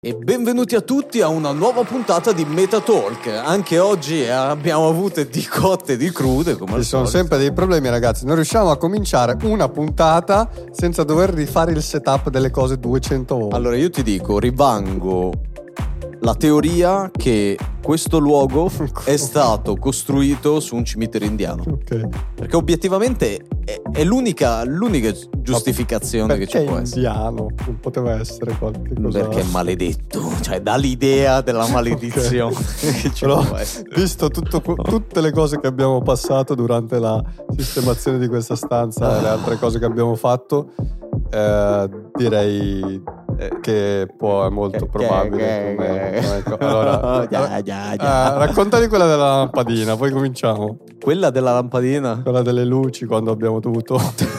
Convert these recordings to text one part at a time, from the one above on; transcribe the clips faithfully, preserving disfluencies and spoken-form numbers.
E benvenuti a tutti a una nuova puntata di Metatalk. Anche oggi abbiamo avuto di cotte e di crude, come al Ci sono solito. sempre dei problemi, ragazzi. Non riusciamo a cominciare una puntata senza dover rifare il setup delle cose duecento volte. Allora io ti dico, rivango la teoria che questo luogo è stato costruito su un cimitero indiano. Ok. Perché obiettivamente è, è l'unica, l'unica giustificazione che ci può essere. Indiano, non poteva essere qualche cosa. Perché è maledetto, cioè dà l'idea della maledizione. Okay. Che ci Però, può essere. visto tutto, tutte le cose che abbiamo passato durante la sistemazione di questa stanza e le altre cose che abbiamo fatto, eh, direi che può, è molto Che- probabile che- come, che- come- allora, Già, già, già. eh, raccontali quella della lampadina, poi cominciamo. Quella della lampadina? Quella delle luci, quando abbiamo dovuto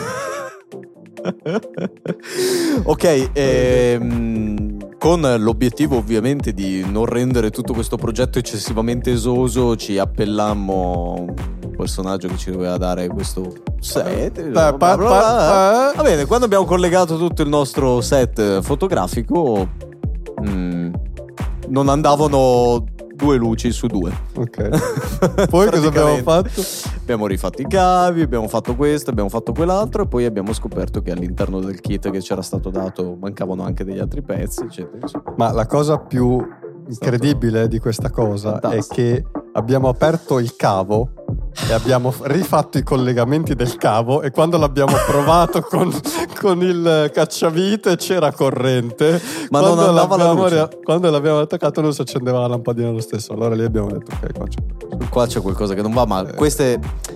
Ok, ehm, con l'obiettivo ovviamente di non rendere tutto questo progetto eccessivamente esoso, ci appellammo un personaggio che ci doveva dare questo set. Eh, bla, pa- bla, bla. pa- Va bene, quando abbiamo collegato tutto il nostro set fotografico, mm, non andavano due luci su due. ok. Poi cosa abbiamo fatto? Abbiamo rifatto i cavi, abbiamo fatto questo, abbiamo fatto quell'altro e poi abbiamo scoperto che all'interno del kit che c'era stato dato mancavano anche degli altri pezzi, eccetera. Insomma. Ma la cosa più incredibile di questa cosa Fantastico. è che abbiamo aperto il cavo e abbiamo rifatto i collegamenti del cavo, e quando l'abbiamo provato con, con il cacciavite c'era corrente, Ma quando non andava la l'abbiamo luce. ria- quando l'abbiamo attaccato non si accendeva la lampadina lo stesso. Allora lì abbiamo detto ok, qua c'è qualcosa. Qua c'è qualcosa che non va, ma Eh. queste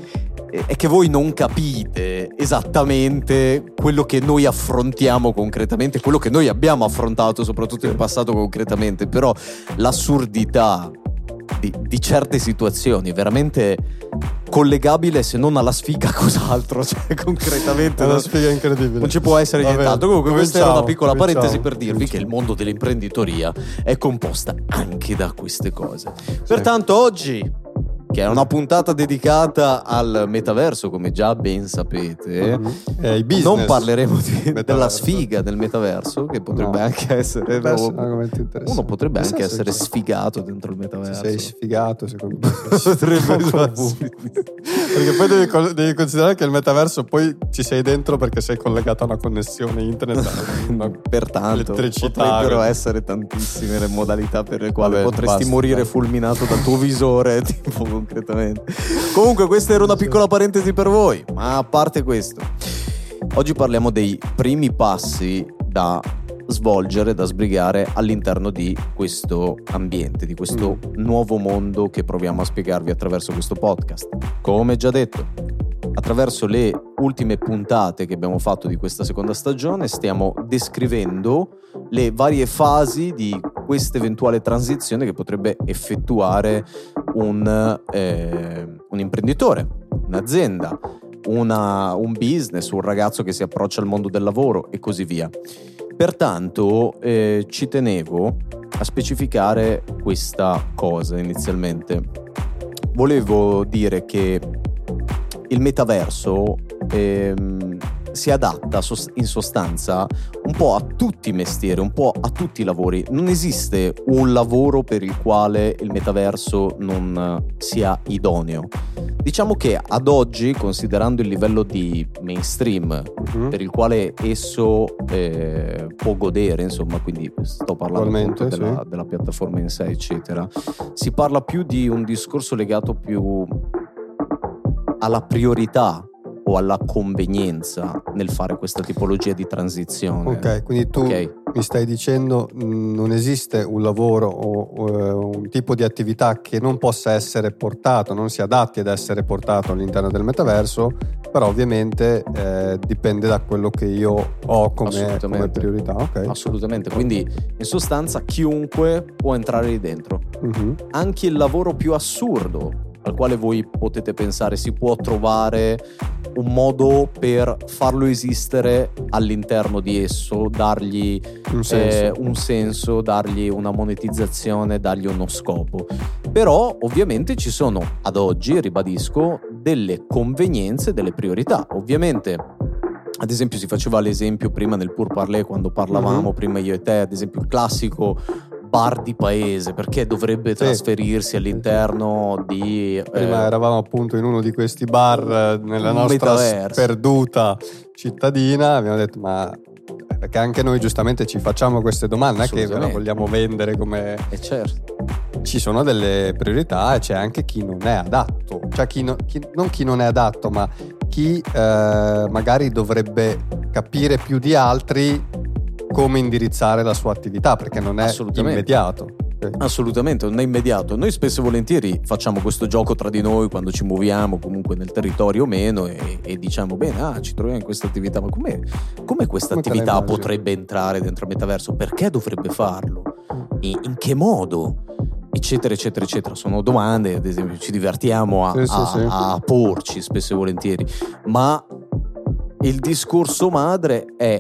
è che voi non capite esattamente quello che noi affrontiamo concretamente, quello che noi abbiamo affrontato soprattutto in passato concretamente, però l'assurdità di, di certe situazioni è veramente collegabile, se non alla sfiga, cos'altro, cioè concretamente È una non, sfiga incredibile. non ci può essere Va bene, nient'altro. Comunque questa era una cominciamo, piccola parentesi cominciamo, per dirvi che il mondo dell'imprenditoria è composta anche da queste cose. Pertanto oggi, che è una puntata dedicata al metaverso, come già ben sapete, Mhm. Eh, i business non parleremo di- metaverso. della sfiga del metaverso, che potrebbe No. anche essere... Potrebbe essere un argomento interessante. Uno potrebbe Nel anche senso essere che sfigato dentro il se metaverso. sei sfigato, secondo me Potrebbe Sì. Perché poi devi, co- devi considerare che il metaverso poi ci sei dentro perché sei collegato a una connessione internet, a una Pertanto elettricità. potrebbero essere tantissime le modalità per le quali Vabbè, potresti basta, morire dai. fulminato dal tuo visore, tipo concretamente. Comunque questa era una piccola parentesi per voi, ma a parte questo, oggi parliamo dei primi passi da svolgere, da sbrigare all'interno di questo ambiente, di questo nuovo mondo che proviamo a spiegarvi attraverso questo podcast. Come già detto, attraverso le ultime puntate che abbiamo fatto di questa seconda stagione stiamo descrivendo le varie fasi di questa eventuale transizione che potrebbe effettuare un, eh, un imprenditore, un'azienda, una, un business, un ragazzo che si approccia al mondo del lavoro e così via. Pertanto eh, ci tenevo a specificare questa cosa inizialmente. Volevo dire che il metaverso ehm, si adatta sos- in sostanza un po' a tutti i mestieri, un po' a tutti i lavori. Non esiste un lavoro per il quale il metaverso non eh, sia idoneo. Diciamo che ad oggi, considerando il livello di mainstream Mhm. per il quale esso eh, può godere, insomma, quindi sto parlando appunto Attualmente, della, sì. della piattaforma in sé, eccetera, si parla più di un discorso legato più alla priorità o alla convenienza nel fare questa tipologia di transizione. Ok, quindi tu Ok. mi stai dicendo mh, non esiste un lavoro o, o eh, un tipo di attività che non possa essere portato, non si adatti ad essere portato all'interno del metaverso, però ovviamente eh, dipende da quello che io ho come, Assolutamente. come priorità. Ok. Assolutamente, quindi in sostanza chiunque può entrare lì dentro. Mhm. Anche il lavoro più assurdo al quale voi potete pensare, si può trovare un modo per farlo esistere all'interno di esso, dargli Un senso. eh, un senso, dargli una monetizzazione, dargli uno scopo. Però ovviamente ci sono ad oggi, ribadisco, delle convenienze, delle priorità. Ovviamente ad esempio si faceva l'esempio prima nel Pur Parler, quando parlavamo Mhm. prima io e te, ad esempio il classico bar di paese, perché dovrebbe Sì. trasferirsi all'interno di Prima eh, eravamo appunto in uno di questi bar eh, nella un nostra metaverso. sperduta cittadina, abbiamo detto ma perché anche noi giustamente ci facciamo queste domande, non è che ve la Assolutamente. vogliamo vendere come... E certo, Ci sono delle priorità e c'è anche chi non è adatto, cioè chi, no- chi- non chi non è adatto, ma chi eh, magari dovrebbe capire più di altri come indirizzare la sua attività, perché non è Assolutamente. immediato. Ok. assolutamente, non è immediato. Noi spesso e volentieri facciamo questo gioco tra di noi quando ci muoviamo comunque nel territorio o meno e, e diciamo bene, ah, ci troviamo in questa attività, ma com'è, come questa Come te la attività immagini? potrebbe entrare dentro il metaverso? Perché dovrebbe farlo? In, in che modo? Eccetera, eccetera, eccetera. Sono domande, ad esempio, ci divertiamo a, Sì, sì, a- sì. a porci spesso e volentieri, ma il discorso madre è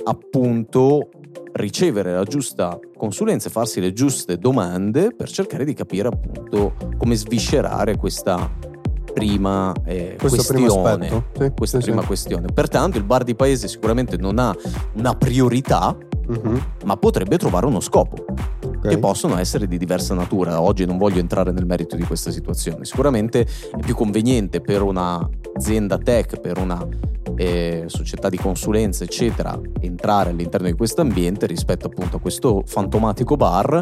appunto ricevere la giusta consulenza e farsi le giuste domande per cercare di capire appunto come sviscerare questa prima eh, Questo primo questione. aspetto. Sì, Questa sì, prima sì. questione. Pertanto il bar di paese sicuramente non ha una priorità, Mhm. ma potrebbe trovare uno scopo, Ok. che possono essere di diversa natura. Oggi non voglio entrare nel merito di questa situazione. Sicuramente è più conveniente per un'azienda tech, per una eh, società di consulenza, eccetera, entrare all'interno di questo ambiente rispetto appunto a questo fantomatico bar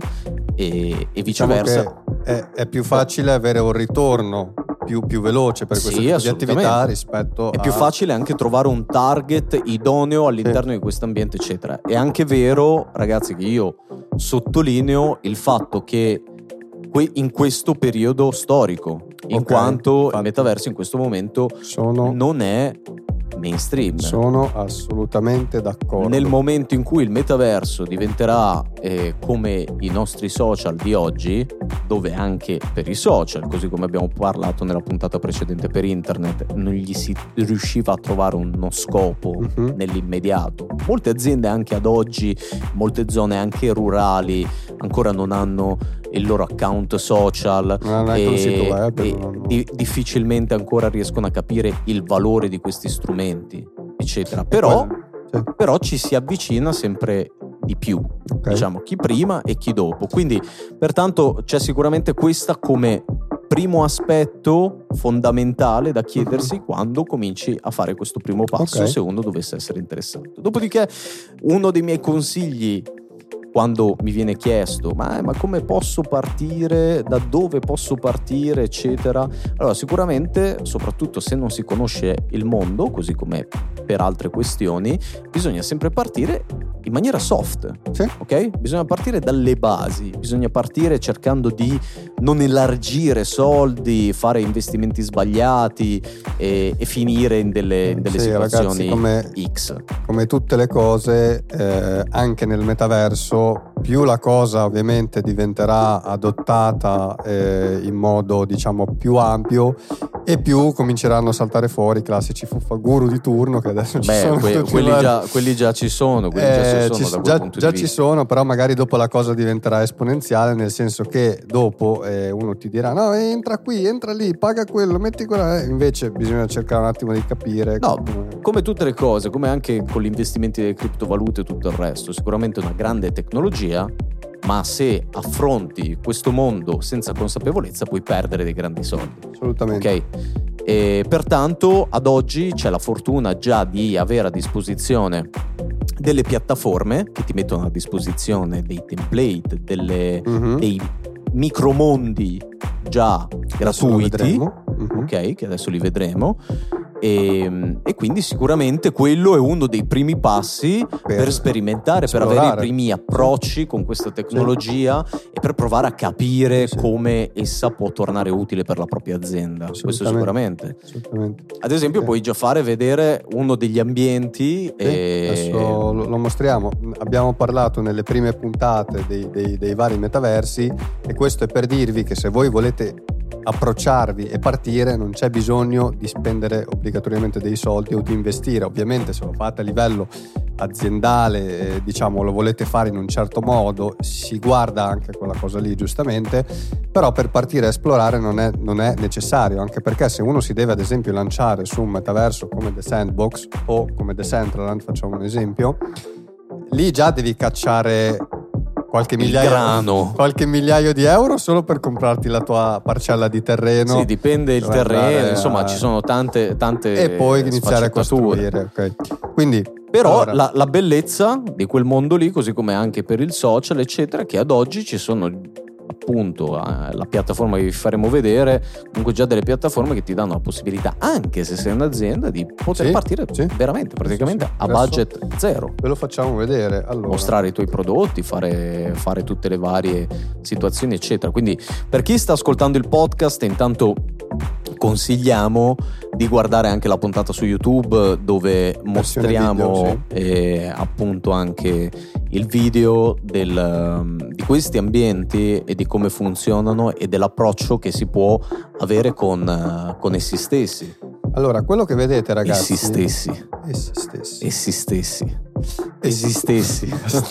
e, e Diciamo viceversa. che è, è più facile avere un ritorno più, più veloce per Sì, questo tipo di assolutamente. attività rispetto È a... più facile anche trovare un target idoneo all'interno di questo ambiente, eccetera. È anche vero, ragazzi, che io sottolineo il fatto che que- in questo periodo storico, in Ok, quanto infatti. il metaverso in questo momento Sono, non è mainstream. sono assolutamente d'accordo. Nel momento in cui il metaverso diventerà eh, come i nostri social di oggi, dove anche per i social, così come abbiamo parlato nella puntata precedente per internet, non gli si riusciva a trovare uno scopo Mhm. nell'immediato. Molte aziende anche ad oggi, molte zone anche rurali, ancora non hanno il loro account social Non hanno neanche un sito web, e non hanno- di- difficilmente ancora riescono a capire il valore di questi strumenti, eccetera. Però, Quello- sì. però ci si avvicina sempre di più, Ok. diciamo, chi prima e chi dopo. Quindi, pertanto, c'è sicuramente questa come primo aspetto fondamentale da chiedersi quando cominci a fare questo primo passo, Ok. se uno dovesse essere interessato. Dopodiché, uno dei miei consigli quando mi viene chiesto ma, ma come posso partire, da dove posso partire, eccetera, allora sicuramente, soprattutto se non si conosce il mondo, così come per altre questioni, bisogna sempre partire in maniera soft, Sì. ok? Bisogna partire dalle basi, bisogna partire cercando di non elargire soldi, fare investimenti sbagliati e, e finire in delle, in delle Sì, situazioni ragazzi, come- X. Come tutte le cose, eh, anche nel metaverso, più la cosa ovviamente diventerà adottata eh, in modo diciamo più ampio e più cominceranno a saltare fuori i classici fuffaguru di turno che adesso ci Beh, sono que- tutti quelli, vari- già, quelli già ci sono, quelli già Eh, ci sono ci- da quel già, punto già di ci vista. sono, però magari dopo la cosa diventerà esponenziale, nel senso che dopo eh, uno ti dirà no, entra qui, entra lì, paga quello, metti quella, eh, invece bisogna cercare un attimo di capire No, come- come tutte le cose, come anche con gli investimenti delle criptovalute e tutto il resto, sicuramente una grande tecnologia, ma se affronti questo mondo senza consapevolezza puoi perdere dei grandi soldi. assolutamente. Ok? E pertanto ad oggi c'è la fortuna già di avere a disposizione delle piattaforme che ti mettono a disposizione dei template, delle, Mhm. dei micromondi già Adesso lo gratuiti, vedremo. Mhm. ok, che adesso li vedremo. E, e quindi sicuramente quello è uno dei primi passi per, Per sperimentare, per esplorare. avere i primi approcci con questa tecnologia e per provare a capire Sì. come essa può tornare utile per la propria azienda. Questo Assolutamente. sicuramente. Assolutamente. Ad esempio Ok. puoi già fare vedere uno degli ambienti Sì, e... adesso lo, lo mostriamo. Abbiamo parlato nelle prime puntate dei, dei- dei vari metaversi e questo è per dirvi che se voi volete approcciarvi e partire non c'è bisogno di spendere obbligatoriamente dei soldi o di investire. Ovviamente se lo fate a livello aziendale, eh, diciamo lo volete fare in un certo modo, si guarda anche quella cosa lì giustamente, però per partire a esplorare non è, non è necessario, anche perché se uno si deve ad esempio lanciare su un metaverso come The Sandbox o come Decentraland, facciamo un esempio, lì già devi cacciare qualche migliaio, qualche migliaio di euro solo per comprarti la tua parcella di terreno. Sì, dipende il terreno, insomma a... ci sono tante tante e poi iniziare a costruire, ok. Quindi però allora, la, la bellezza di quel mondo lì, così come anche per il social eccetera, che ad oggi ci sono appunto eh, la piattaforma che vi faremo vedere, comunque già delle piattaforme che ti danno la possibilità, anche se sei un'azienda, di poter sì, partire sì. veramente praticamente sì, sì. a budget zero. Ve lo facciamo vedere. Allora, mostrare i tuoi prodotti, fare, fare tutte le varie situazioni eccetera. Quindi per chi sta ascoltando il podcast, intanto consigliamo di guardare anche la puntata su YouTube dove mostriamo video, sì. eh, appunto anche il video del, di questi ambienti e di come funzionano e dell'approccio che si può avere con, con essi stessi. Allora, quello che vedete ragazzi, essi stessi essi stessi essi stessi essi stessi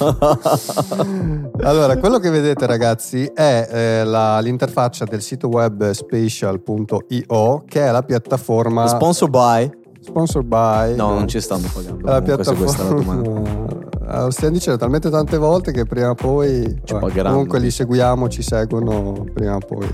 allora, quello che vedete ragazzi è eh, la, l'interfaccia del sito web spatial punto io, che è la piattaforma sponsor by sponsor by no, no non ci stanno pagando la comunque, piattaforma, se questa è la domanda. Lo stiamo dicendo talmente tante volte che prima o poi ci vabbè, pagheranno. Comunque li seguiamo, ci seguono, prima o poi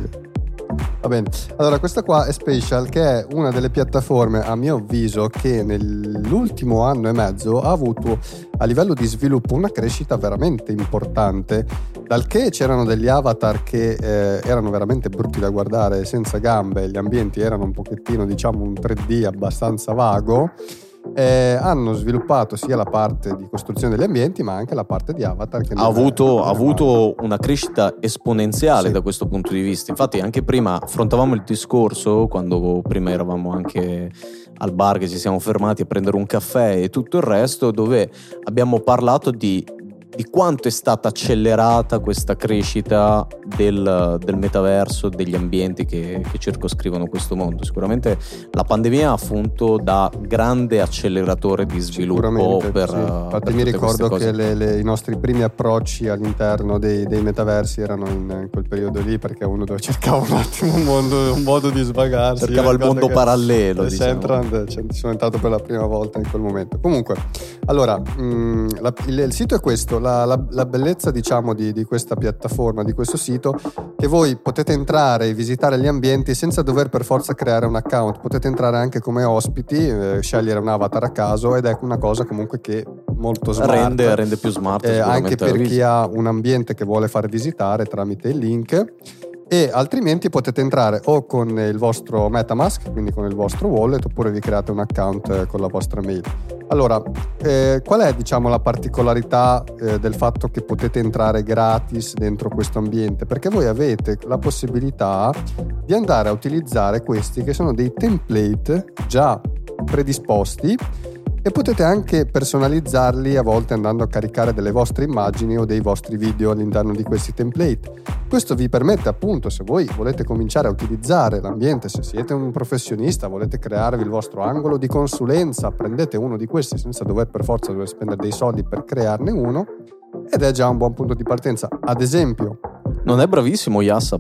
va bene. Allora, questa qua è Spatial, che è una delle piattaforme, a mio avviso, che nell'ultimo anno e mezzo ha avuto a livello di sviluppo una crescita veramente importante, dal che c'erano degli avatar che eh, erano veramente brutti da guardare, senza gambe, gli ambienti erano un pochettino, diciamo, un tre D abbastanza vago. Eh, hanno sviluppato sia la parte di costruzione degli ambienti ma anche la parte di avatar che ha avuto, è, ha avuto una crescita esponenziale, sì, da questo punto di vista. Infatti anche prima affrontavamo il discorso, quando prima eravamo anche al bar che ci siamo fermati a prendere un caffè e tutto il resto, dove abbiamo parlato di di quanto è stata accelerata questa crescita del, del metaverso, degli ambienti che, che circoscrivono questo mondo. Sicuramente la pandemia ha funto da grande acceleratore di sviluppo per, sì. Infatti per mi ricordo che le, le, i nostri primi approcci all'interno dei, dei metaversi erano in, in quel periodo lì, perché uno dove cercava un attimo un, mondo, un modo di svagarsi, cercava il mondo parallelo, diciamo. Decentraland, cioè, sono entrato per la prima volta in quel momento. Comunque, allora mh, la, il, il sito è questo. La, la, la bellezza, diciamo, di, di questa piattaforma, di questo sito, che voi potete entrare e visitare gli ambienti senza dover per forza creare un account. Potete entrare anche come ospiti, eh, scegliere un avatar a caso, ed è una cosa comunque che molto smart, rende, rende più smart, eh, anche per chi ha un ambiente che vuole far visitare tramite il link. E altrimenti potete entrare o con il vostro MetaMask, quindi con il vostro wallet, oppure vi create un account con la vostra mail. Allora, eh, qual è, diciamo, la particolarità eh, del fatto che potete entrare gratis dentro questo ambiente? Perché voi avete la possibilità di andare a utilizzare questi, che sono dei template già predisposti, e potete anche personalizzarli a volte andando a caricare delle vostre immagini o dei vostri video all'interno di questi template. Questo vi permette, appunto, se voi volete cominciare a utilizzare l'ambiente, se siete un professionista, volete crearvi il vostro angolo di consulenza, prendete uno di questi senza dover per forza dover spendere dei soldi per crearne uno, ed è già un buon punto di partenza. Ad esempio, non è bravissimo Yas a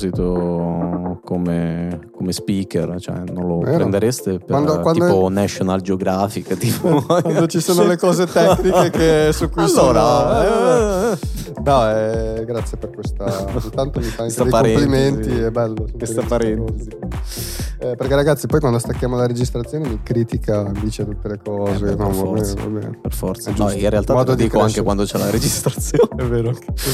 proposito come, come speaker, cioè non lo Vero. prendereste per quando, quando tipo è... National Geographic, tipo quando ci sono le cose tecniche che su cui allora sono... eh, no, eh, grazie per questa, intanto mi fa anche dei complimenti, è bello questa parentesi, eh, perché ragazzi poi quando stacchiamo la registrazione mi critica, mi dice tutte le cose, eh beh, no, per, va forza, bene, va bene. per forza, no, in realtà te lo dico anche quando c'è la registrazione. È vero.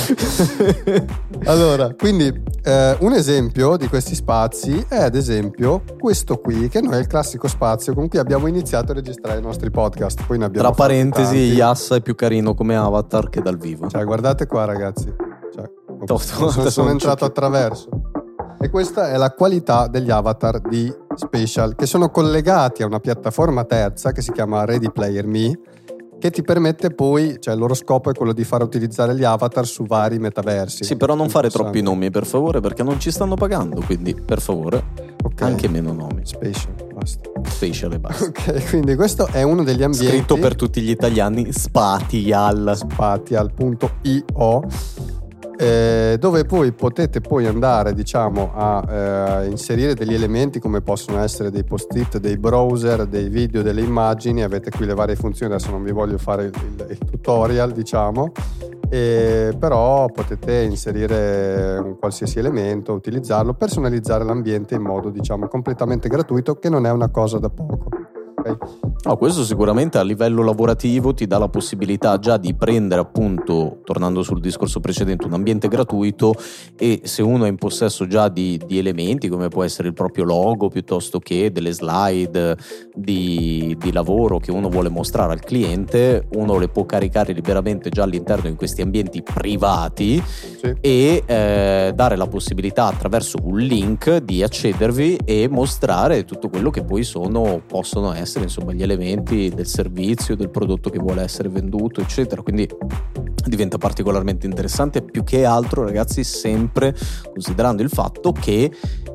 Allora, quindi eh, un esempio di questi spazi è ad esempio questo qui, che noi è il classico spazio con cui abbiamo iniziato a registrare i nostri podcast. Poi ne abbiamo Tra parentesi, tanti. Yas è più carino come avatar che dal vivo. Cioè, guardate qua ragazzi, cioè, to, to, sono, sono entrato attraverso. E questa è la qualità degli avatar di Spatial, che sono collegati a una piattaforma terza che si chiama Ready Player Me, che ti permette poi, cioè il loro scopo è quello di far utilizzare gli avatar su vari metaversi. Sì, però non fare troppi nomi, per favore, perché non ci stanno pagando, quindi per favore, okay. Anche meno nomi. Spatial, basta. Spatial e basta. Ok, quindi questo è uno degli ambienti. Scritto per tutti gli italiani, Spatial. Spatial punto io, eh, dove poi potete poi andare, diciamo, a eh, inserire degli elementi come possono essere dei post-it, dei browser, dei video, delle immagini. Avete qui le varie funzioni, adesso non vi voglio fare il, il, il tutorial, diciamo. E però potete inserire un qualsiasi elemento, utilizzarlo, personalizzare l'ambiente in modo, diciamo, completamente gratuito, che non è una cosa da poco. Okay? No, questo sicuramente a livello lavorativo ti dà la possibilità già di prendere, appunto, tornando sul discorso precedente, un ambiente gratuito, e se uno è in possesso già di, di elementi come può essere il proprio logo, piuttosto che delle slide di, di lavoro che uno vuole mostrare al cliente, uno le può caricare liberamente già all'interno di questi ambienti privati, sì. E eh, dare la possibilità attraverso un link di accedervi e mostrare tutto quello che poi sono, possono essere, insomma, gli elementi del servizio, del prodotto che vuole essere venduto, eccetera. Quindi diventa particolarmente interessante, più che altro, ragazzi, sempre considerando il fatto che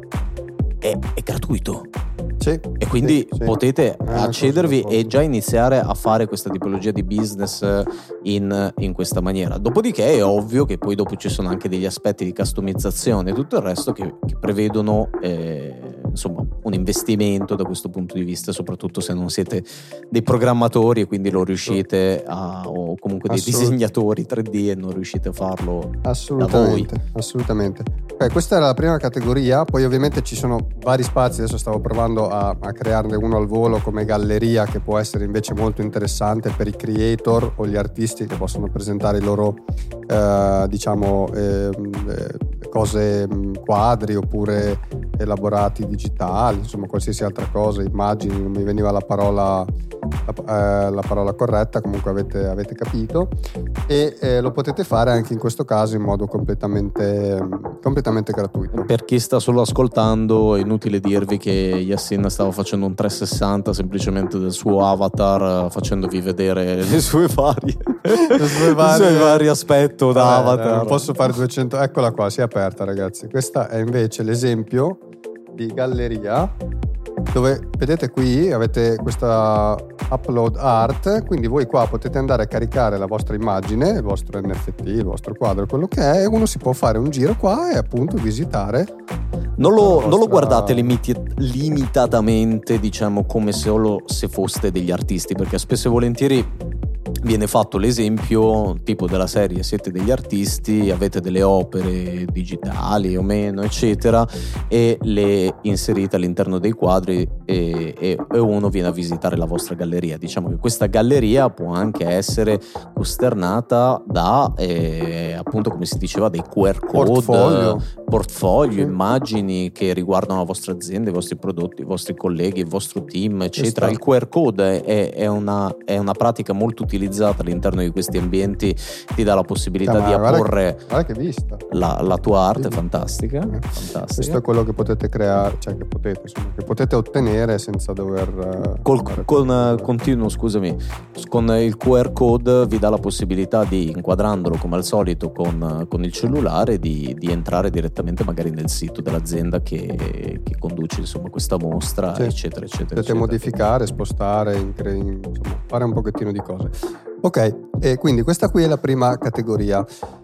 è, è gratuito. Sì, e quindi sì, potete sì. accedervi e già iniziare a fare questa tipologia di business in, in questa maniera. Dopodiché è ovvio che poi dopo ci sono anche degli aspetti di customizzazione e tutto il resto che, che prevedono eh, insomma un investimento da questo punto di vista, soprattutto se non siete dei programmatori e quindi lo riuscite a, o comunque dei disegnatori tre D e non riuscite a farlo assolutamente, da voi. Assolutamente. Okay, questa era la prima categoria, poi ovviamente ci sono vari spazi, adesso stavo provando a, a crearne uno al volo come galleria, che può essere invece molto interessante per i creator o gli artisti che possono presentare i loro eh, diciamo eh, cose, quadri oppure elaborati digitali, insomma qualsiasi altra cosa, immagini, non mi veniva la parola la, eh, la parola corretta, comunque avete, avete capito, e eh, lo potete fare anche in questo caso in modo completamente completamente gratuito. Per chi sta solo ascoltando, è inutile dirvi che Yassin stava facendo un trecentosessanta semplicemente del suo avatar, facendovi vedere le sue varie le sue varie... i suoi vari aspetti da Vabbè, avatar. Non posso fare duecento, eccola qua, si è aperta, ragazzi. Questa è invece l'esempio di galleria, dove vedete qui avete questa upload art, quindi voi qua potete andare a caricare la vostra immagine, il vostro N F T, il vostro quadro, quello che è, e uno si può fare un giro qua e appunto visitare. Non lo, vostra... non lo guardate limiti, limitatamente, diciamo, come solo se foste degli artisti, perché spesso e volentieri viene fatto l'esempio tipo della serie: siete degli artisti, avete delle opere digitali o meno, eccetera, e le inserite all'interno dei quadri e, e, e uno viene a visitare la vostra galleria. Diciamo che questa galleria può anche essere costernata da eh, appunto, come si diceva, dei Q R code, portfolio, portfolio sì. Immagini che riguardano la vostra azienda, i vostri prodotti, i vostri colleghi, il vostro team, eccetera. Il Q R code è, è, una, è una pratica molto utilizzata all'interno di questi ambienti, ti dà la possibilità ah, di apporre che, guarda che vista. La, la tua arte, fantastica, eh. fantastica. Questo è quello che potete creare, cioè che potete, insomma, che potete ottenere senza dover Col, con uh, continuo, scusami, con il Q R code vi dà la possibilità di, inquadrandolo come al solito con, con il cellulare, di, di entrare direttamente magari nel sito dell'azienda che, che conduce, insomma, questa mostra, sì. eccetera eccetera. Potete eccetera. modificare, spostare, incre- insomma, fare un pochettino di cose. Ok, e quindi questa qui è la prima categoria.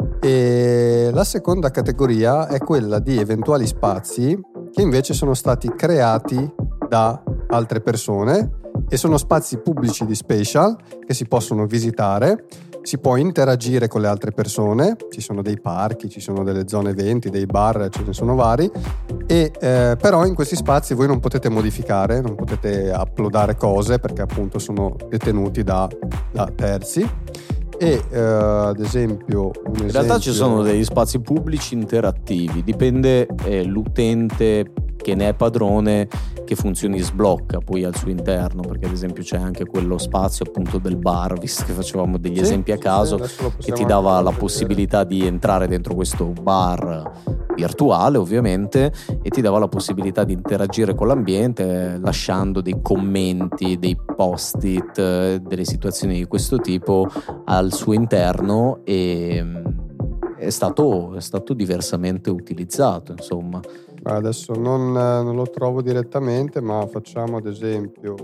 E la seconda categoria è quella di eventuali spazi che invece sono stati creati da altre persone e sono spazi pubblici di Spatial che si possono visitare, si può interagire con le altre persone, ci sono dei parchi, ci sono delle zone eventi, dei bar, ce ne sono vari, e eh, però in questi spazi voi non potete modificare, non potete uploadare cose perché appunto sono detenuti da, da terzi. E eh, ad esempio un in esempio... realtà ci sono degli spazi pubblici interattivi, dipende eh, l'utente che ne è padrone che funzioni sblocca poi al suo interno, perché ad esempio c'è anche quello spazio appunto del bar, visto che facevamo degli sì, esempi a caso, sì, che ti dava la possibilità di entrare dentro questo bar virtuale ovviamente, e ti dava la possibilità di interagire con l'ambiente lasciando dei commenti, dei post-it, eh, delle situazioni di questo tipo al suo interno, e è stato, è stato diversamente utilizzato, insomma. Adesso non, non lo trovo direttamente, ma facciamo ad esempio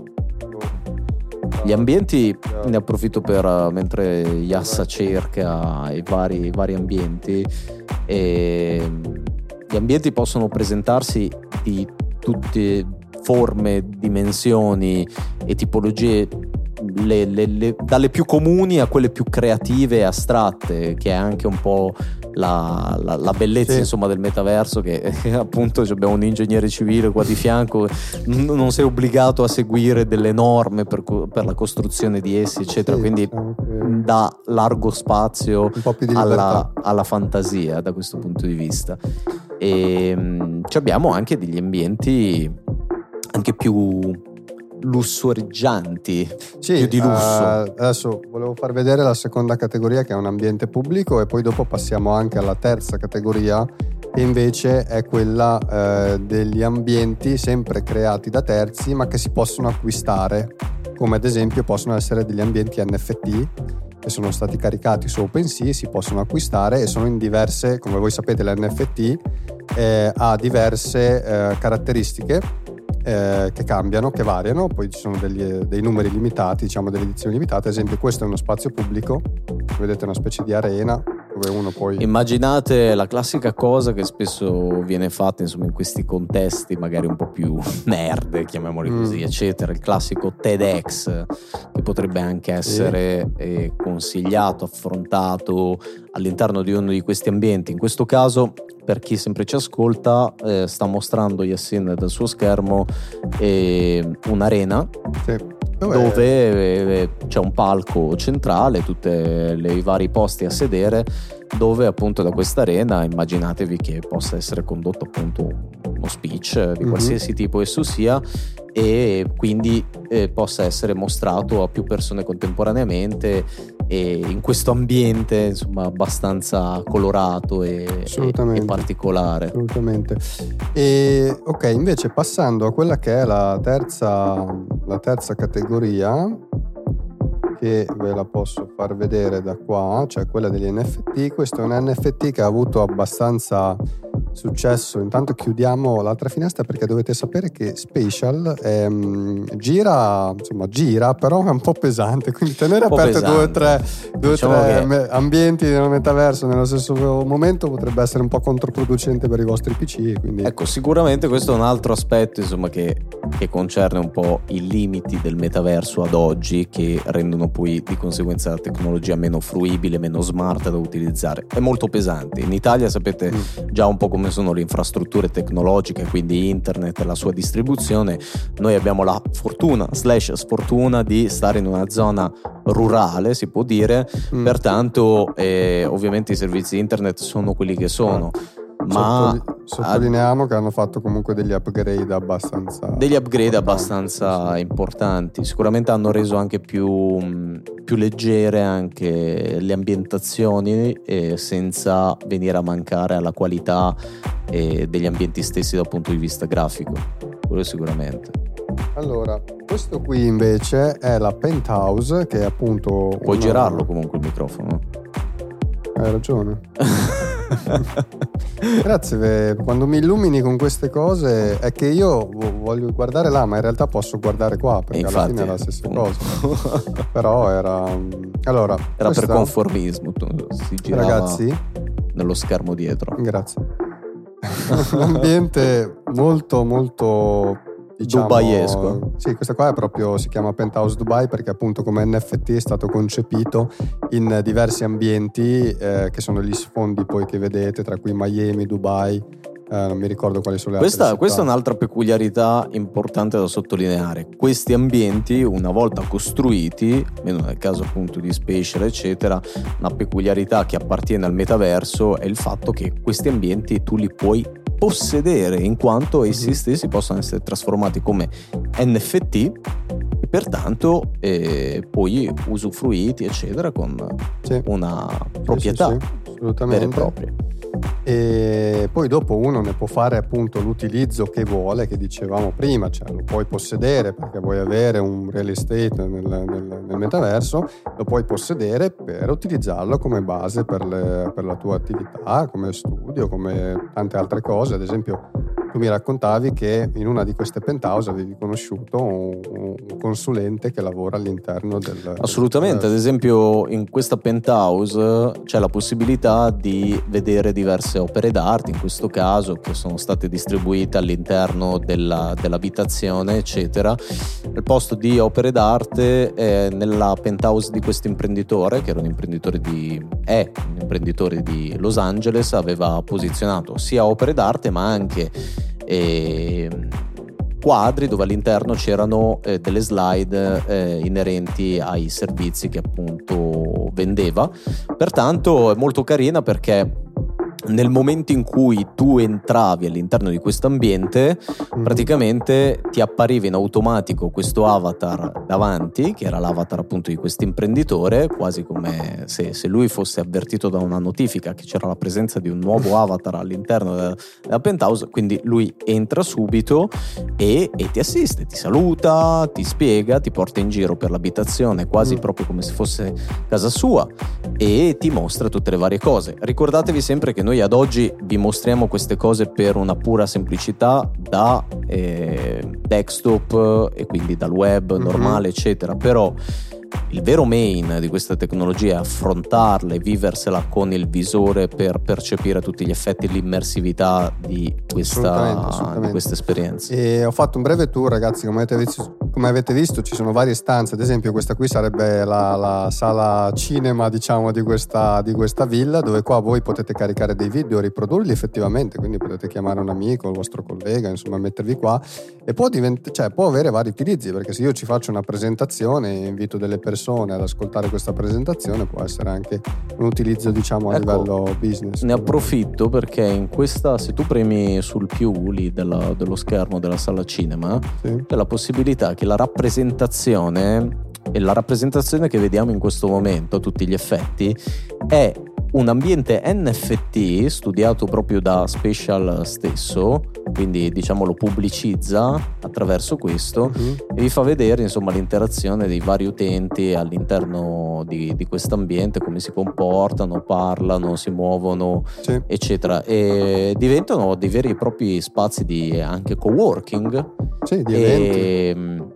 gli ambienti, ne approfitto per, mentre Yassa cerca i vari, i vari ambienti, e gli ambienti possono presentarsi di tutte forme, dimensioni e tipologie, le, le, le, dalle più comuni a quelle più creative e astratte, che è anche un po' la, la, la bellezza, sì, insomma, del metaverso, che appunto abbiamo un ingegnere civile qua di fianco, non sei obbligato a seguire delle norme per, per la costruzione di essi, eccetera, sì, quindi okay, dà largo spazio un po' più di alla, alla fantasia da questo punto di vista. E mh, abbiamo anche degli ambienti anche più lussureggianti, sì, più di lusso. Uh, adesso volevo far vedere la seconda categoria, che è un ambiente pubblico, e poi dopo passiamo anche alla terza categoria, che invece è quella uh, degli ambienti sempre creati da terzi ma che si possono acquistare, come ad esempio possono essere degli ambienti N F T che sono stati caricati su OpenSea, si possono acquistare e sono in diverse, come voi sapete l'N F T eh, ha diverse eh, caratteristiche eh, che cambiano, che variano, poi ci sono degli, dei numeri limitati, diciamo delle edizioni limitate. Ad esempio questo è uno spazio pubblico, vedete, una specie di arena dove uno poi... Immaginate la classica cosa che spesso viene fatta, insomma, in questi contesti magari un po' più nerd, chiamiamoli così, mm. eccetera, il classico TEDx, che potrebbe anche essere sì. eh, consigliato, affrontato all'interno di uno di questi ambienti. In questo caso, per chi sempre ci ascolta, eh, sta mostrando Yassin dal suo schermo eh, un'arena sì. dove eh, c'è un palco centrale, tutti i vari posti a sedere, dove appunto da questa arena immaginatevi che possa essere condotto appunto uno speech di qualsiasi mm-hmm. tipo esso sia, e quindi eh, possa essere mostrato a più persone contemporaneamente, e in questo ambiente insomma abbastanza colorato e, e, e particolare. Assolutamente. E ok, invece passando a quella che è la terza la terza categoria, che ve la posso far vedere da qua, cioè quella degli N F T. Questo è un N F T che ha avuto abbastanza successo. Intanto chiudiamo l'altra finestra, perché dovete sapere che Spatial ehm, gira, insomma gira, però è un po' pesante, quindi tenere aperte due o tre, due, diciamo tre che... ambienti nel metaverso nello stesso momento potrebbe essere un po' controproducente per i vostri P C, quindi... Ecco, sicuramente questo è un altro aspetto, insomma, che, che concerne un po' i limiti del metaverso ad oggi, che rendono poi di conseguenza la tecnologia meno fruibile, meno smart da utilizzare. È molto pesante. In Italia sapete mm. già un po' come sono le infrastrutture tecnologiche, quindi internet e la sua distribuzione. Noi abbiamo la fortuna slash sfortuna di stare in una zona rurale, si può dire, mm. pertanto eh, ovviamente i servizi internet sono quelli che sono. Ma sottolineiamo che hanno fatto comunque degli upgrade abbastanza degli upgrade abbastanza importanti. Sicuramente hanno reso anche più, più leggere anche le ambientazioni, eh, senza venire a mancare alla qualità eh, degli ambienti stessi dal punto di vista grafico. Quello sicuramente. Allora, questo qui invece è la Penthouse, che è appunto... Puoi una... girarlo comunque il microfono. Hai ragione. Grazie, quando mi illumini con queste cose è che io voglio guardare là, ma in realtà posso guardare qua, perché infatti, alla fine è la stessa cosa. Però era allora era questa... per conformismo, si girava, ragazzi, nello schermo dietro. Grazie. Un ambiente molto molto, diciamo, dubaiesco. Sì, questa qua è proprio, si chiama Penthouse Dubai perché appunto come N F T è stato concepito in diversi ambienti, eh, che sono gli sfondi poi che vedete, tra cui Miami, Dubai, eh, non mi ricordo quali sono le questa, altre questa è un'altra peculiarità importante da sottolineare. Questi ambienti, una volta costruiti, meno nel caso appunto di Spatial eccetera, una peculiarità che appartiene al metaverso è il fatto che questi ambienti tu li puoi possedere, in quanto essi stessi possono essere trasformati come N F T e pertanto eh, poi usufruiti eccetera con sì. una proprietà sì, sì, sì, assolutamente. vera e propria. e poi dopo uno ne può fare appunto l'utilizzo che vuole, che dicevamo prima, cioè lo puoi possedere perché vuoi avere un real estate nel, nel, nel metaverso, lo puoi possedere per utilizzarlo come base per, le, per la tua attività, come studio, come tante altre cose. Ad esempio tu mi raccontavi che in una di queste penthouse avevi conosciuto un, un consulente che lavora all'interno del... Assolutamente, del... ad esempio in questa penthouse c'è la possibilità di vedere diverse opere d'arte, in questo caso, che sono state distribuite all'interno della, dell'abitazione, eccetera. Al posto di opere d'arte, eh, nella penthouse di questo imprenditore, che era un imprenditore di... è un imprenditore di Los Angeles, aveva posizionato sia opere d'arte ma anche e quadri dove all'interno c'erano eh, delle slide eh, inerenti ai servizi che appunto vendeva. Pertanto è molto carina perché nel momento in cui tu entravi all'interno di questo ambiente, mm. praticamente ti appariva in automatico questo avatar davanti, che era l'avatar appunto di questo imprenditore, quasi come se, se lui fosse avvertito da una notifica che c'era la presenza di un nuovo avatar all'interno della, della penthouse. Quindi lui entra subito e, e ti assiste, ti saluta, ti spiega, ti porta in giro per l'abitazione quasi mm. proprio come se fosse casa sua e ti mostra tutte le varie cose. Ricordatevi sempre che noi ad oggi vi mostriamo queste cose per una pura semplicità da eh, desktop e quindi dal web mm-hmm. normale, eccetera. Però il vero main di questa tecnologia è affrontarla e viversela con il visore per percepire a tutti gli effetti l'immersività di questa, assolutamente, assolutamente. di questa esperienza. E ho fatto un breve tour, ragazzi, come avete visto, come avete visto ci sono varie stanze. Ad esempio questa qui sarebbe la, la sala cinema, diciamo, di questa, di questa villa, dove qua voi potete caricare dei video e riprodurli effettivamente, quindi potete chiamare un amico, il vostro collega, insomma mettervi qua, e può, divent- cioè, può avere vari utilizzi, perché se io ci faccio una presentazione e invito delle persone ad ascoltare questa presentazione, può essere anche un utilizzo, diciamo, a ecco, livello business. Ne approfitto perché in questa, se tu premi sul più lì della, dello schermo della sala cinema, sì. c'è la possibilità che la rappresentazione e la rappresentazione che vediamo in questo momento a tutti gli effetti è un ambiente N F T studiato proprio da Spatial stesso, quindi diciamo lo pubblicizza attraverso questo uh-huh. e vi fa vedere insomma l'interazione dei vari utenti all'interno di, di questo ambiente, come si comportano, parlano, si muovono, sì. eccetera, e diventano dei veri e propri spazi di anche coworking. Sì, di e,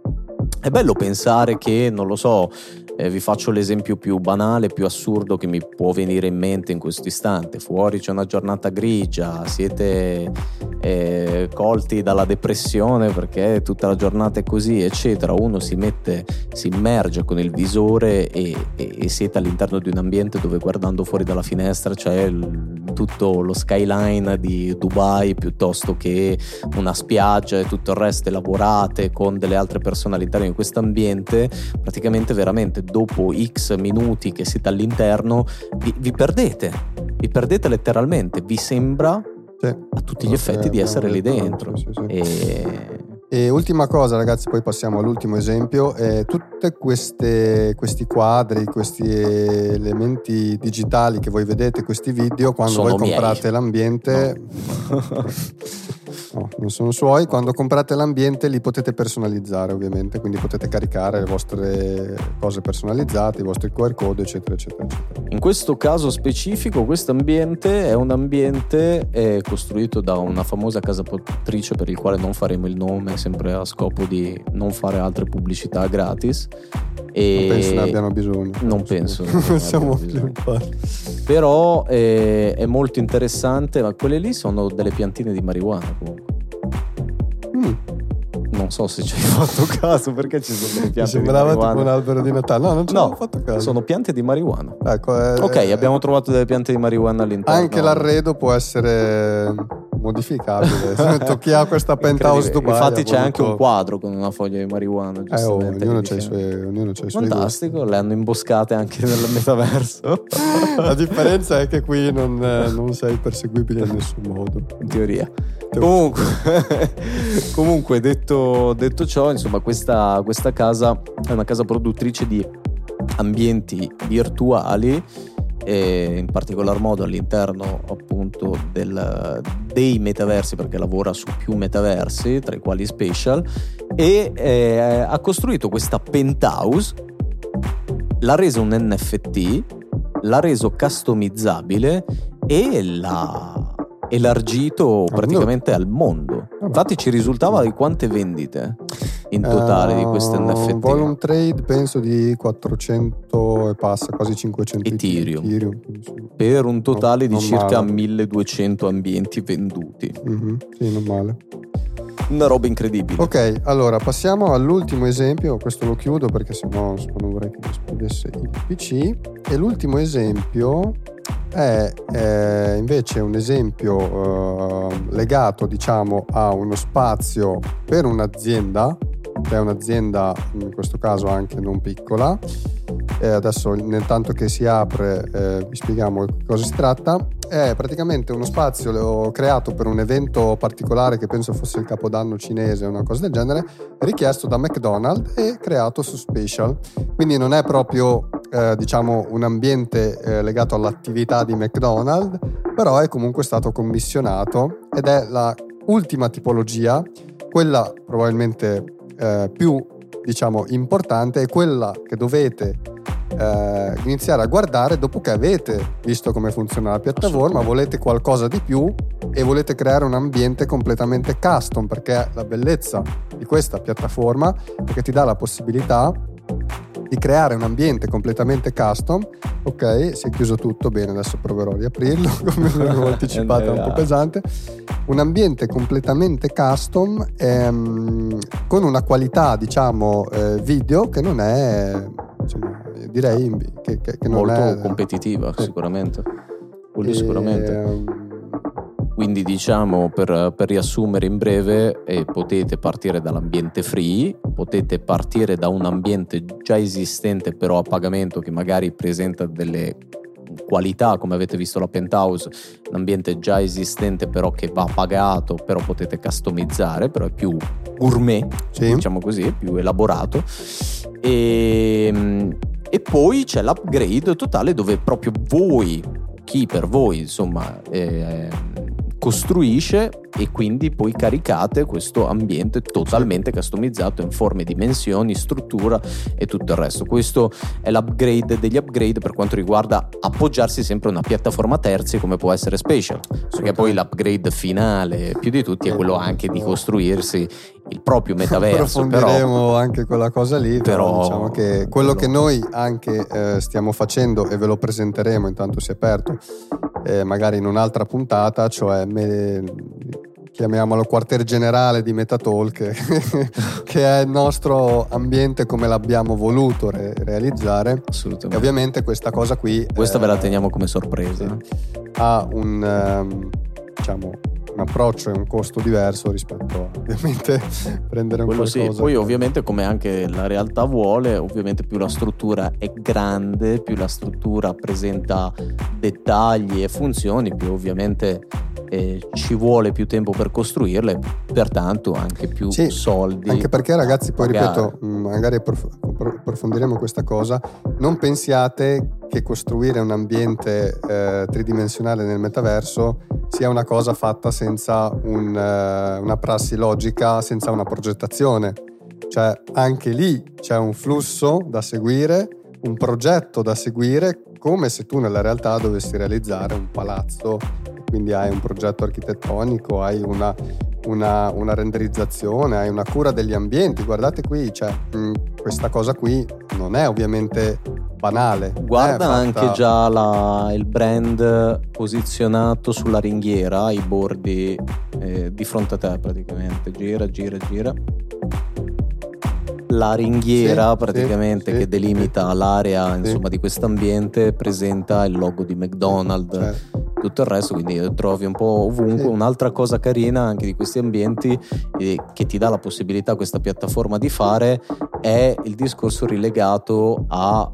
è bello pensare che, non lo so, Eh, vi faccio l'esempio più banale, più assurdo che mi può venire in mente in questo istante. Fuori c'è una giornata grigia, siete eh, colti dalla depressione perché tutta la giornata è così, eccetera. Uno si mette, si immerge con il visore e, e, e siete all'interno di un ambiente dove, guardando fuori dalla finestra, c'è il, tutto lo skyline di Dubai piuttosto che una spiaggia e tutto il resto, lavorate con delle altre persone all'interno di questo ambiente. Praticamente veramente dopo X minuti che siete all'interno vi, vi perdete vi perdete letteralmente, vi sembra sì. a tutti gli effetti di essere lì dentro. Sì, sì. E... e ultima cosa, ragazzi, poi passiamo all'ultimo esempio. eh, tutte queste questi quadri, questi elementi digitali che voi vedete, questi video, quando sono voi comprate miei. l'ambiente no. No, non sono suoi. Quando comprate l'ambiente li potete personalizzare, ovviamente, quindi potete caricare le vostre cose personalizzate, i vostri Q R code, eccetera, eccetera, eccetera. In questo caso specifico, questo ambiente è un ambiente è costruito da una famosa casa produttrice per il quale non faremo il nome, sempre a scopo di non fare altre pubblicità gratis. E non penso ne abbiano bisogno. Non penso. Non siamo bisogno. Però eh, è molto interessante, ma quelle lì sono delle piantine di marijuana comunque. Mm. Non so se ci hai fatto caso, perché ci sono delle piante di marijuana. Sembrava tipo un albero di Natale. No, non ci no, avevo fatto caso. Sono piante di marijuana. Ecco, eh, ok, eh, abbiamo trovato delle piante di marijuana all'interno. Anche l'arredo può essere modificabile. Se chi ha questa penthouse Dubai, infatti c'è voluto... anche un quadro con una foglia di marijuana. Eh, oh, ognuno c'ha i suoi, ognuno c'ha i suoi fantastico, gusti. Le hanno imboscate anche nel metaverso. La differenza è che qui non, non sei perseguibile in nessun modo, in teoria. Comunque, comunque detto, detto ciò, insomma, questa, questa casa è una casa produttrice di ambienti virtuali e in particolar modo all'interno appunto del, dei metaversi, perché lavora su più metaversi tra i quali Spatial, e eh, ha costruito questa penthouse, l'ha resa un N F T, l'ha reso customizzabile e l'ha elargito praticamente al mondo. Infatti ci risultava di quante vendite in totale uh, di queste N F T? Volume trade penso di quattrocento e passa, quasi cinquecento Ethereum, Ethereum. per un totale no, di circa male. milleduecento ambienti venduti. Mm-hmm. Sì, non male. Una roba incredibile. Ok, allora passiamo all'ultimo esempio. Questo lo chiudo perché sennò non vorrei che mi esplodesse il P C. E l'ultimo esempio è eh, invece un esempio eh, legato, diciamo, a uno spazio per un'azienda, che è un'azienda in questo caso anche non piccola. Eh, adesso nel tanto che si apre eh, vi spieghiamo di cosa si tratta. È praticamente uno spazio creato per un evento particolare che penso fosse il Capodanno cinese o una cosa del genere, richiesto da McDonald's e creato su Spatial. Quindi non è proprio eh, diciamo un ambiente eh, legato all'attività di McDonald's, però è comunque stato commissionato ed è la ultima tipologia, quella probabilmente eh, più diciamo importante, è quella che dovete eh, iniziare a guardare dopo che avete visto come funziona la piattaforma, volete qualcosa di più e volete creare un ambiente completamente custom, perché la bellezza di questa piattaforma è che ti dà la possibilità di creare un ambiente completamente custom. Ok, si è chiuso tutto, bene, adesso proverò a riaprirlo come l'avevo anticipato, è un po' pesante. Un ambiente completamente custom ehm, con una qualità diciamo eh, video che non è, insomma, direi che, che, che non molto è competitiva, sì. sicuramente Quello e, sicuramente ehm, Quindi diciamo per, per riassumere in breve, eh, potete partire dall'ambiente free, potete partire da un ambiente già esistente però a pagamento che magari presenta delle qualità, come avete visto la Penthouse, un ambiente già esistente però che va pagato, però potete customizzare, però è più gourmet, sì. diciamo così, è più elaborato. E, e poi c'è l'upgrade totale dove proprio voi, chi per voi insomma eh, costruisce e quindi poi caricate questo ambiente totalmente customizzato in forme, dimensioni, struttura e tutto il resto. Questo è l'upgrade degli upgrade per quanto riguarda appoggiarsi sempre a una piattaforma terzi come può essere Spatial, perché poi l'upgrade finale più di tutti è quello anche di costruirsi il proprio metaverso. Approfondiremo però, anche quella cosa lì, però, però diciamo che quello che noi anche eh, stiamo facendo, e ve lo presenteremo intanto si è aperto eh, magari in un'altra puntata, cioè me, chiamiamolo quartier generale di MetaTalk che è il nostro ambiente come l'abbiamo voluto re- realizzare. Assolutamente. E ovviamente questa cosa qui questa eh, ve la teniamo come sorpresa, sì, ha un um, diciamo un approccio e un costo diverso rispetto a ovviamente prendere un quello qualcosa. Sì. Poi ovviamente, come anche la realtà vuole, ovviamente più la struttura è grande, più la struttura presenta dettagli e funzioni, più ovviamente eh, ci vuole più tempo per costruirle, pertanto anche più sì, soldi. Anche perché ragazzi, poi pagare. ripeto, magari approfondiremo questa cosa, non pensiate che costruire un ambiente eh, tridimensionale nel metaverso sia una cosa fatta senza un, uh, una prassi logica, senza una progettazione. Cioè anche lì c'è un flusso da seguire, un progetto da seguire, come se tu nella realtà dovessi realizzare un palazzo, quindi hai un progetto architettonico, hai una, una, una renderizzazione, hai una cura degli ambienti. Guardate qui, cioè, mh, questa cosa qui non è ovviamente banale. Guarda fatta... anche già la, il brand posizionato sulla ringhiera, i bordi eh, di fronte a te praticamente, gira, gira, gira. La ringhiera sì, praticamente sì, che delimita sì, l'area sì. insomma di quest'ambiente presenta il logo di McDonald's, certo. Tutto il resto, quindi trovi un po' ovunque. Sì. Un'altra cosa carina anche di questi ambienti eh, che ti dà la possibilità questa piattaforma di fare è il discorso rilegato a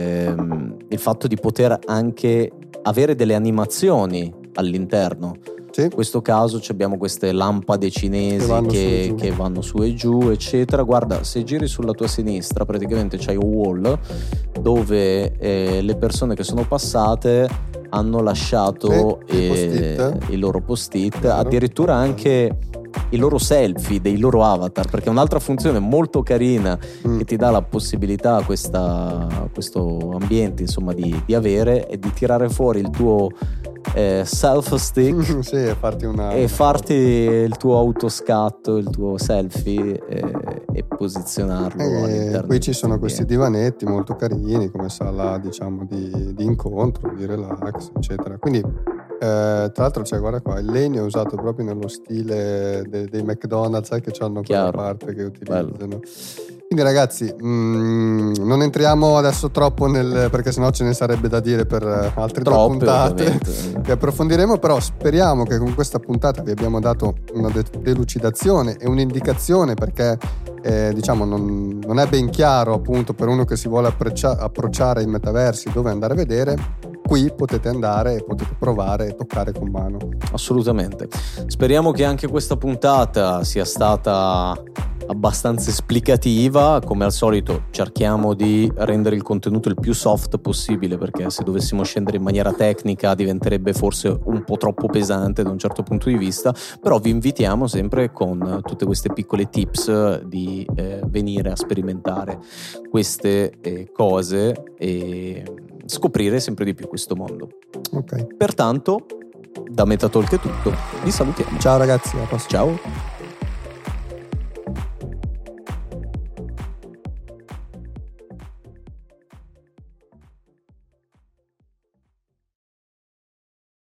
ehm, il fatto di poter anche avere delle animazioni all'interno. Sì. In questo caso abbiamo queste lampade cinesi Che vanno che, su e giù. che vanno su e giù, eccetera. Guarda, se giri sulla tua sinistra praticamente c'hai un wall dove eh, le persone che sono passate hanno lasciato Sì, i eh, post-it. i loro post-it, Vero. addirittura anche i loro selfie dei loro avatar, perché un'altra funzione molto carina Mm. che ti dà la possibilità questa, questo ambiente insomma di, di avere è di tirare fuori il tuo eh, self stick Sì, e farti una e una farti il tuo autoscatto, il tuo selfie eh, e posizionarlo E all'interno qui di ci sono questi ambiente. divanetti molto carini come sala, diciamo, di, di incontro, di relax, eccetera. Quindi eh, tra l'altro c'è, guarda qua, il legno è usato proprio nello stile de- dei McDonald's, sai che hanno quella Chiaro. parte che Bello. utilizzano. Quindi ragazzi, mh, non entriamo adesso troppo nel, perché sennò ce ne sarebbe da dire per eh, altre due Troppe, puntate ovviamente. che approfondiremo, però speriamo che con questa puntata vi abbiamo dato una de- delucidazione e un'indicazione, perché eh, diciamo non, non è ben chiaro appunto per uno che si vuole approccia- approcciare ai metaversi dove andare a vedere. Qui potete andare e potete provare e toccare con mano. Assolutamente. Speriamo che anche questa puntata sia stata abbastanza esplicativa. Come al solito cerchiamo di rendere il contenuto il più soft possibile, perché se dovessimo scendere in maniera tecnica diventerebbe forse un po' troppo pesante da un certo punto di vista, però vi invitiamo sempre con tutte queste piccole tips di eh, venire a sperimentare queste eh, cose e scoprire sempre di più questo mondo. Ok. Pertanto da Metatalk è tutto, vi salutiamo. Ciao ragazzi, alla prossima. Ciao.